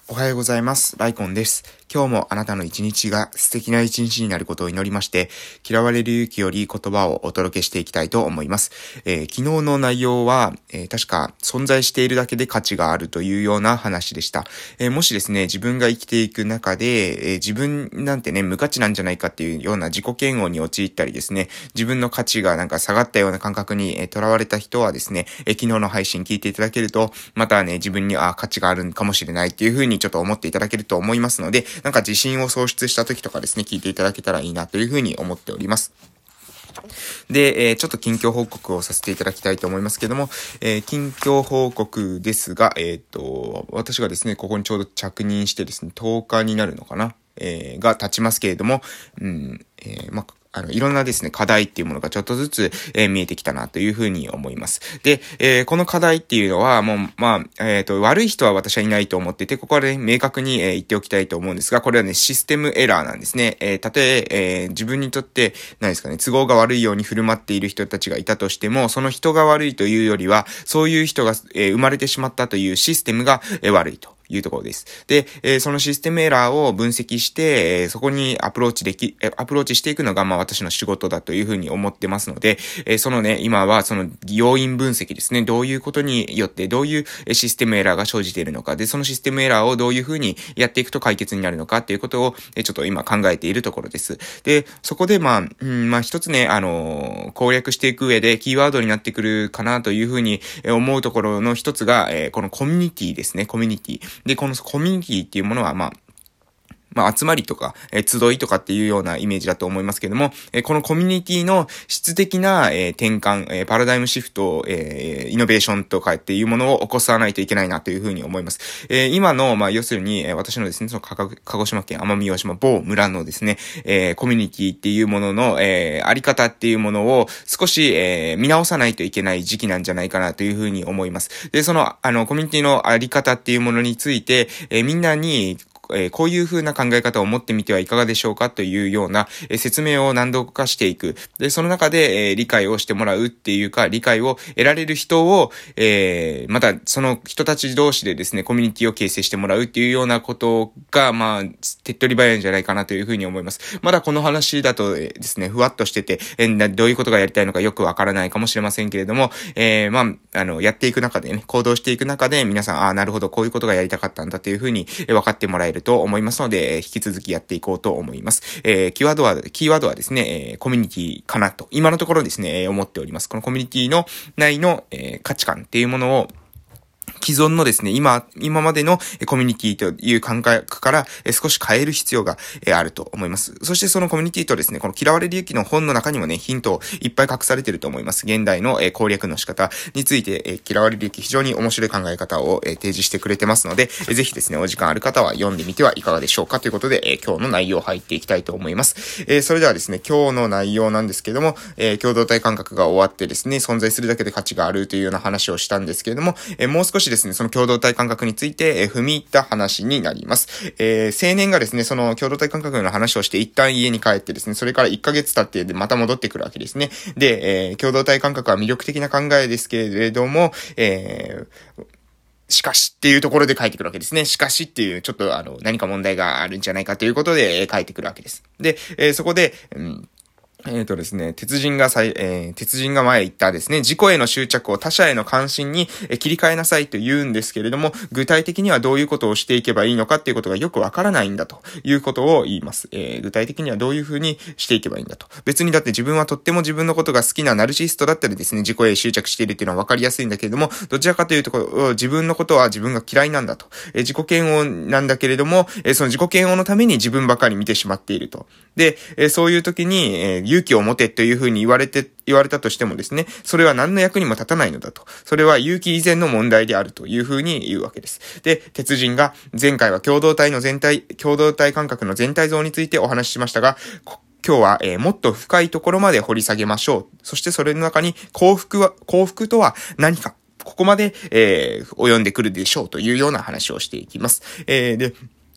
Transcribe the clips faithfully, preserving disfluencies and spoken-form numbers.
おはようございます。ライコンです。今日もあなたの一日が素敵な一日になることを祈りまして、嫌われる勇気より言葉をお届けしていきたいと思います。えー、昨日の内容は、えー、確か存在しているだけで価値があるというような話でした。えー、もしですね、自分が生きていく中で、えー、自分なんてね、無価値なんじゃないかっていうような自己嫌悪に陥ったりですね、自分の価値がなんか下がったような感覚に、えー、囚われた人はですね、えー、昨日の配信聞いていただけると、またね、自分にあ価値があるかもしれないっていう風にちょっと思っていただけると思いますので、なんか自信を喪失した時とかですね、聞いていただけたらいいなという風に思っております。で、えー、ちょっと近況報告をさせていただきたいと思いますけども、えー、近況報告ですが、えー、っと、私がですね、ここにちょうど着任してですね、とおかになるのかな、えー、が経ちますけれども、うん、えー、まあ、あの、いろんなですね、課題っていうものがちょっとずつ、えー、見えてきたなというふうに思います。で、えー、この課題っていうのは、もう、まあ、えっと、悪い人は私はいないと思ってて、ここはね、明確に、えー、言っておきたいと思うんですが、これはね、システムエラーなんですね。えー、たとえ、えー、自分にとって、何ですかね、都合が悪いように振る舞っている人たちがいたとしても、その人が悪いというよりは、そういう人が、えー、生まれてしまったというシステムが、えー、悪いというところです。で、えー、そのシステムエラーを分析して、えー、そこにアプローチでき、アプローチしていくのが、まあ私の仕事だというふうに思ってますので、えー、そのね、今はその要因分析ですね、どういうことによって、どういうシステムエラーが生じているのか、で、そのシステムエラーをどういうふうにやっていくと解決になるのかっていうことを、えー、ちょっと今考えているところです。で、そこでまあ、うん、まあ一つね、あのー、攻略していく上でキーワードになってくるかなというふうに思うところの一つが、えー、このコミュニティですね、コミュニティ。で、このコミュニティっていうものは、まあ、まあ、集まりとか、えー、集いとかっていうようなイメージだと思いますけども、えー、このコミュニティの質的な、えー、転換、えー、パラダイムシフト、えー、イノベーションとかっていうものを起こさないといけないなというふうに思います。えー、今の、まあ、要するに、えー、私のですね、その鹿児島県奄美大島某村のですね、えー、コミュニティっていうものの、えー、あり方っていうものを少し、えー、見直さないといけない時期なんじゃないかなというふうに思います。で、その、あの、コミュニティのあり方っていうものについて、えー、みんなに、えー、こういう風な考え方を持ってみてはいかがでしょうかというような、えー、説明を何度かしていく。で、その中で、えー、理解をしてもらうっていうか、理解を得られる人を、えー、またその人たち同士でですね、コミュニティを形成してもらうっていうようなことが、まあ、手っ取り早いんじゃないかなという風に思います。まだこの話だとですね、ふわっとしてて、えー、どういうことがやりたいのかよくわからないかもしれませんけれども、えー、まあ、あの、やっていく中でね、行動していく中で皆さん、ああ、なるほど、こういうことがやりたかったんだという風に、えー、分かってもらえると思いますので、引き続きやっていこうと思います。えー、キーワードは、キーワードはですね、えー、コミュニティかなと、今のところですね、えー、思っております。このコミュニティの内の、えー、価値観っていうものを、既存のですね、今、今までのコミュニティという感覚から少し変える必要があると思います。そしてそのコミュニティとですね、この嫌われる勇気の本の中にもね、ヒントいっぱい隠されていると思います。現代の攻略の仕方について、嫌われる勇気非常に面白い考え方を提示してくれてますので、ぜひですね、お時間ある方は読んでみてはいかがでしょうかということで、今日の内容入っていきたいと思います。それではですね、今日の内容なんですけども、共同体感覚が終わってですね、存在するだけで価値があるというような話をしたんですけれども、もう少しですね、その共同体感覚について、えー、踏み入った話になります。えー、青年がですね、その共同体感覚の話をして一旦家に帰ってですね、それからいっかげつ経ってでまた戻ってくるわけですね。で、えー、共同体感覚は魅力的な考えですけれども、えー、しかしっていうところで書いてくるわけですね。しかしっていう、ちょっとあの、何か問題があるんじゃないかということで、えー、書いてくるわけです。で、えー、そこで、うんえっとですね、鉄人がさい、えー、鉄人が前言ったですね、自己への執着を他者への関心に切り替えなさいと言うんですけれども、具体的にはどういうことをしていけばいいのかっていうことがよくわからないんだということを言います。えー、具体的にはどういうふうにしていけばいいんだと。別にだって自分はとっても自分のことが好きなナルシストだったりですね、自己へ執着しているっていうのはわかりやすいんだけれども、どちらかというと、自分のことは自分が嫌いなんだと。えー、自己嫌悪なんだけれども、えー、その自己嫌悪のために自分ばかり見てしまっていると。で、えー、そういう時に、えー、勇気を持てといういうふうに言われて、言われたとしてもですね、それは何の役にも立たないのだと。それは勇気以前の問題であるというふうに言うわけです。で、鉄人が前回は共同体の全体、共同体感覚の全体像についてお話ししましたが、今日は、えー、もっと深いところまで掘り下げましょう。そしてそれの中に幸福は、幸福とは何か。ここまで、えー、及んでくるでしょうというような話をしていきます。えー、で、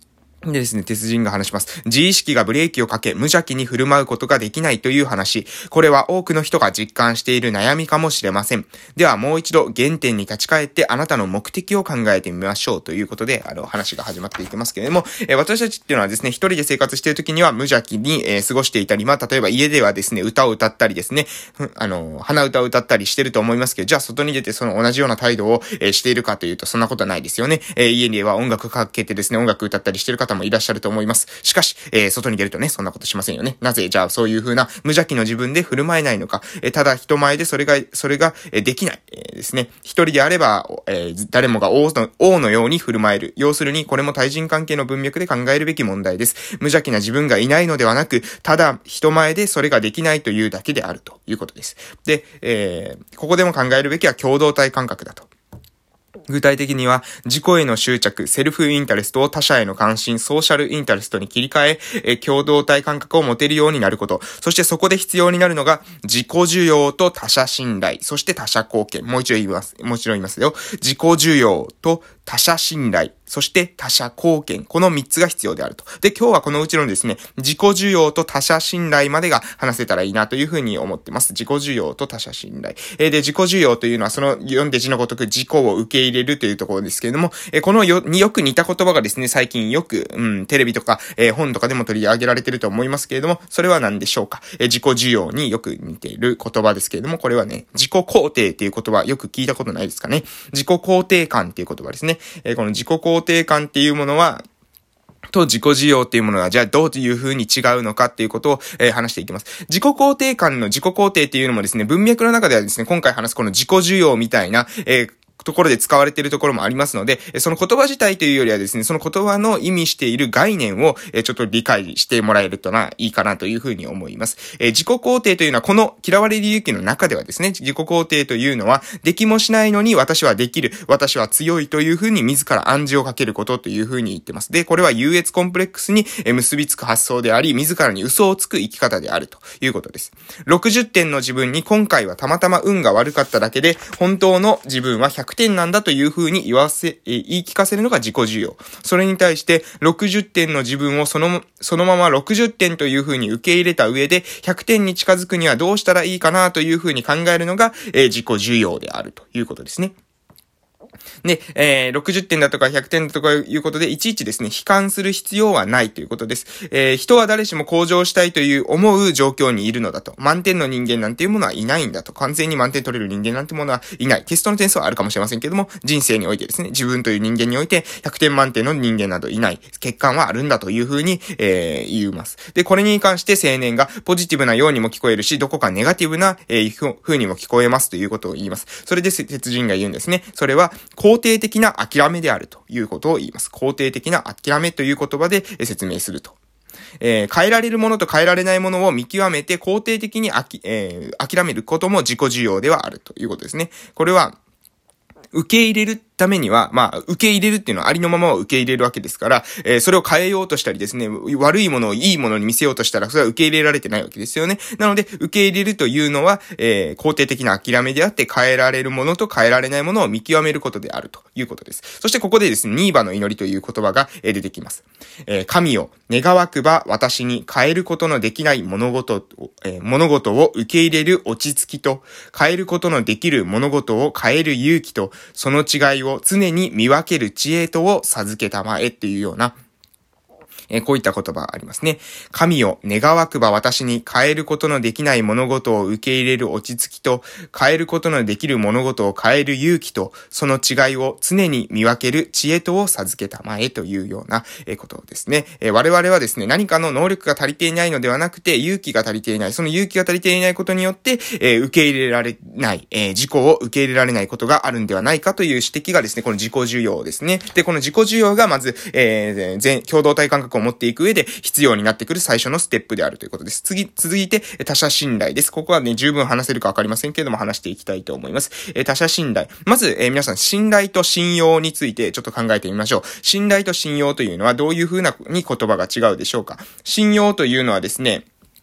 でですね、鉄人が話します。自意識がブレーキをかけ、無邪気に振る舞うことができないという話。これは多くの人が実感している悩みかもしれません。ではもう一度原点に立ち返ってあなたの目的を考えてみましょうということで、あの話が始まっていきますけれども、えー、私たちっていうのはですね、一人で生活している時には無邪気に、えー、過ごしていたり、まあ例えば家ではですね、歌を歌ったりですね、あの、鼻歌を歌ったりしてると思いますけど、じゃあ外に出てその同じような態度を、えー、しているかというとそんなことはないですよね。えー、家には音楽かけてですね、音楽歌ったりしてる方もいらっしゃると思います。しかし、えー、外に出るとね、そんなことしませんよね。なぜ、じゃあ、そういう風な無邪気の自分で振る舞えないのか。えー、ただ、人前でそれが、それが、えー、できない。えー、ですね。一人であれば、えー、誰もが王の、王のように振る舞える。要するに、これも対人関係の文脈で考えるべき問題です。無邪気な自分がいないのではなく、ただ、人前でそれができないというだけであるということです。で、えー、ここでも考えるべきは共同体感覚だと。具体的には、自己への執着、セルフインタレストを他者への関心、ソーシャルインタレストに切り替え、え共同体感覚を持てるようになること。そしてそこで必要になるのが、自己需要と他者信頼、そして他者貢献。もう一度言います。もちろん言いますよ。自己需要と他者信頼、そして他者貢献。この三つが必要であると。で、今日はこのうちのですね、自己需要と他者信頼までが話せたらいいなというふうに思ってます。自己需要と他者信頼。えー、で、自己需要というのはその読んで字のごとく自己を受け入れるというところですけれども、えー、このよによく似た言葉がですね、最近よく、うん、テレビとか、えー、本とかでも取り上げられていると思いますけれども、それは何でしょうか。えー、自己需要によく似ている言葉ですけれども、これはね、自己肯定っていう言葉よく聞いたことないですかね。自己肯定感っていう言葉ですね。えー、この自己肯定感っていうものは、と自己需要っていうものがじゃあどういう風に違うのかっていうことを、えー、話していきます。自己肯定感の自己肯定っていうのもですね、文脈の中ではですね、今回話すこの自己需要みたいな、えーところで使われているところもありますので、その言葉自体というよりはですね、その言葉の意味している概念をちょっと理解してもらえるとないいかなというふうに思います。え自己肯定というのはこの嫌われる勇気の中ではですね、自己肯定というのはできもしないのに私はできる、私は強いというふうに自ら暗示をかけることというふうに言ってます。で、これは優越コンプレックスに結びつく発想であり、自らに嘘をつく生き方であるということです。ろくじゅってんの自分に今回はたまたま運が悪かっただけで、本当の自分はひゃくてんなんだという風に言わせ、言い聞かせるのが自己需要。それに対してろくじゅってんの自分をその、そのままろくじゅってんという風に受け入れた上でひゃくてんに近づくにはどうしたらいいかなという風に考えるのが、えー、自己需要であるということですね。で、えー、ろくじゅってんだとかひゃくてんだとかいうことで、いちいちですね、悲観する必要はないということです。えー、人は誰しも向上したいという思う状況にいるのだと。満点の人間なんていうものはいないんだと。完全に満点取れる人間なんてものはいない。テストの点数はあるかもしれませんけども、人生においてですね、自分という人間においてひゃくてん満点の人間などいない。欠陥はあるんだというふうに、えー、言います。で、これに関して青年がポジティブなようにも聞こえるし、どこかネガティブな、えー、ふうにも聞こえますということを言います。それで鉄人が言うんですね。それは肯定的な諦めであるということを言います。肯定的な諦めという言葉で説明すると。えー、変えられるものと変えられないものを見極めて肯定的にあき、えー、諦めることも自己需要ではあるということですね。これは受け入れるためには、まあ、受け入れるっていうのはありのままを受け入れるわけですから、えー、それを変えようとしたりですね、悪いものをいいものに見せようとしたら、それは受け入れられてないわけですよね。なので、受け入れるというのは、えー、肯定的な諦めであって、変えられるものと変えられないものを見極めることであるということです。そしてここでですね、ニーバの祈りという言葉が、えー、出てきます。えー、神よ、願わくば私に変えることのできない物事を、えー、物事を受け入れる落ち着きと、変えることのできる物事を変える勇気と、その違いを常に見分ける知恵とを授けたまえっていうような、えー、こういった言葉ありますね。神よ、願わくば私に変えることのできない物事を受け入れる落ち着きと、変えることのできる物事を変える勇気と、その違いを常に見分ける知恵とを授けたまえというような、えー、ことですね、えー。我々はですね、何かの能力が足りていないのではなくて、勇気が足りていない。その勇気が足りていないことによって、えー、受け入れられない、えー、自己を受け入れられないことがあるんではないかという指摘がですね、この自己需要ですね。で、この自己需要がまず、えー、全、共同体感覚を持っていく上で必要になってくる最初のステップであるということです。次、続いて他者信頼です。ここはね、十分話せるかわかりませんけれども話していきたいと思います。えー、他者信頼。まず、えー、皆さん信頼と信用についてちょっと考えてみましょう。信頼と信用というのはどういう風なに言葉が違うでしょうか。信用というのはですね、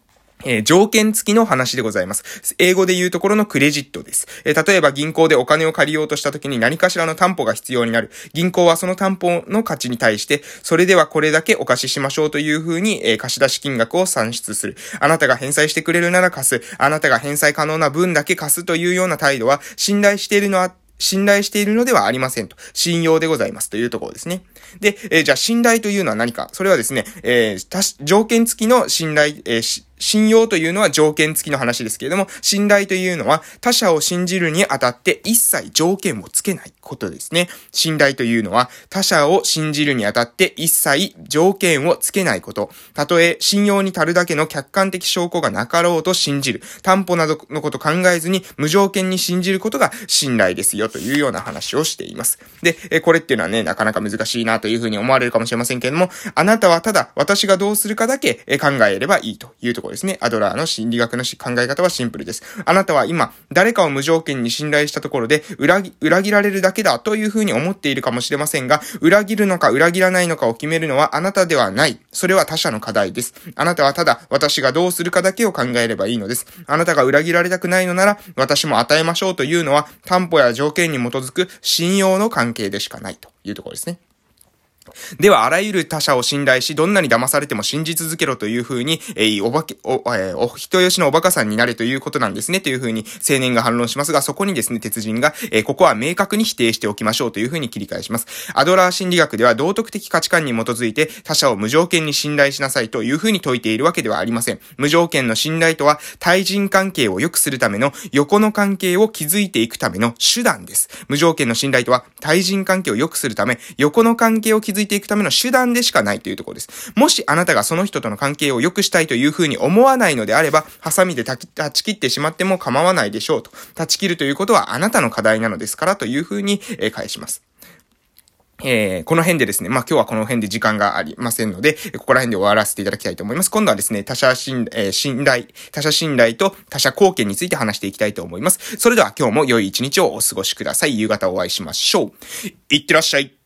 えー、条件付きの話でございます。英語で言うところのクレジットです。えー、例えば銀行でお金を借りようとした時に何かしらの担保が必要になる。銀行はその担保の価値に対して、それではこれだけお貸ししましょうというふうに、えー、貸し出し金額を算出する。あなたが返済してくれるなら貸す。あなたが返済可能な分だけ貸すというような態度は、信頼しているのは、信頼しているのではありませんと。信用でございますというところですね。で、えー、じゃあ信頼というのは何か。それはですね、えー、条件付きの信頼、えー信用というのは条件付きの話ですけれども、信頼というのは他者を信じるにあたって一切条件をつけないことですね。信頼というのは他者を信じるにあたって一切条件をつけないこと。たとえ信用に足るだけの客観的証拠がなかろうと信じる。担保などのこと考えずに無条件に信じることが信頼ですよというような話をしています。で、これっていうのはね、なかなか難しいなというふうに思われるかもしれませんけれども、あなたはただ私がどうするかだけ考えればいいというところですね。アドラーの心理学の考え方はシンプルです。あなたは今、誰かを無条件に信頼したところで裏切、裏切られるだけだというふうに思っているかもしれませんが、裏切るのか裏切らないのかを決めるのはあなたではない。それは他者の課題です。あなたはただ私がどうするかだけを考えればいいのです。あなたが裏切られたくないのなら、私も与えましょうというのは担保や条件に基づく信用の関係でしかないというところですね。では、あらゆる他者を信頼し、どんなに騙されても信じ続けろという風に、えー、おばけ、お、えー、お人よしのおバカさんになれということなんですね、という風に青年が反論しますが、そこにですね、鉄人が、えー、ここは明確に否定しておきましょうという風に切り返します。アドラー心理学では道徳的価値観に基づいて他者を無条件に信頼しなさいという風に説いているわけではありません。無条件の信頼とは、対人関係を良くするための横の関係を築いていくための手段です。無条件の信頼とは、対人関係を良くするため、横の関係を築いていくための手段でしかないというところです。もしあなたがその人との関係を良くしたいというふうに思わないのであれば、ハサミで断ち切ってしまっても構わないでしょうと。断ち切るということはあなたの課題なのですからというふうに、えー、返します。えー、この辺でですね、まあ、今日はこの辺で時間がありませんので、ここら辺で終わらせていただきたいと思います。今度はですね、他者信、えー、信頼、他者信頼と他者貢献について話していきたいと思います。それでは今日も良い一日をお過ごしください。夕方お会いしましょう。いってらっしゃい。